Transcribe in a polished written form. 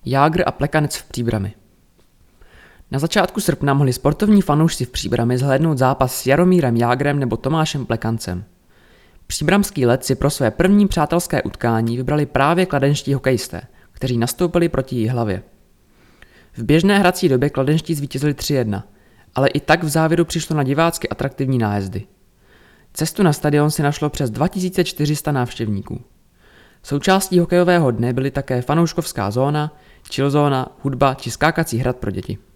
Jágr a Plekanec v Příbrami. Na začátku srpna mohli sportovní fanoušci v Příbrami zhlédnout zápas s Jaromírem Jágrem nebo Tomášem Plekancem. Příbramský led si pro své první přátelské utkání vybrali právě kladenští hokejisté, kteří nastoupili proti Jihlavě. V běžné hrací době kladenští zvítězili 3-1, ale i tak v závěru přišlo na divácky atraktivní nájezdy. Cestu na stadion si našlo přes 2400 návštěvníků. Součástí hokejového dne byly také fanouškovská zóna, chill zóna, hudba či skákací hrad pro děti.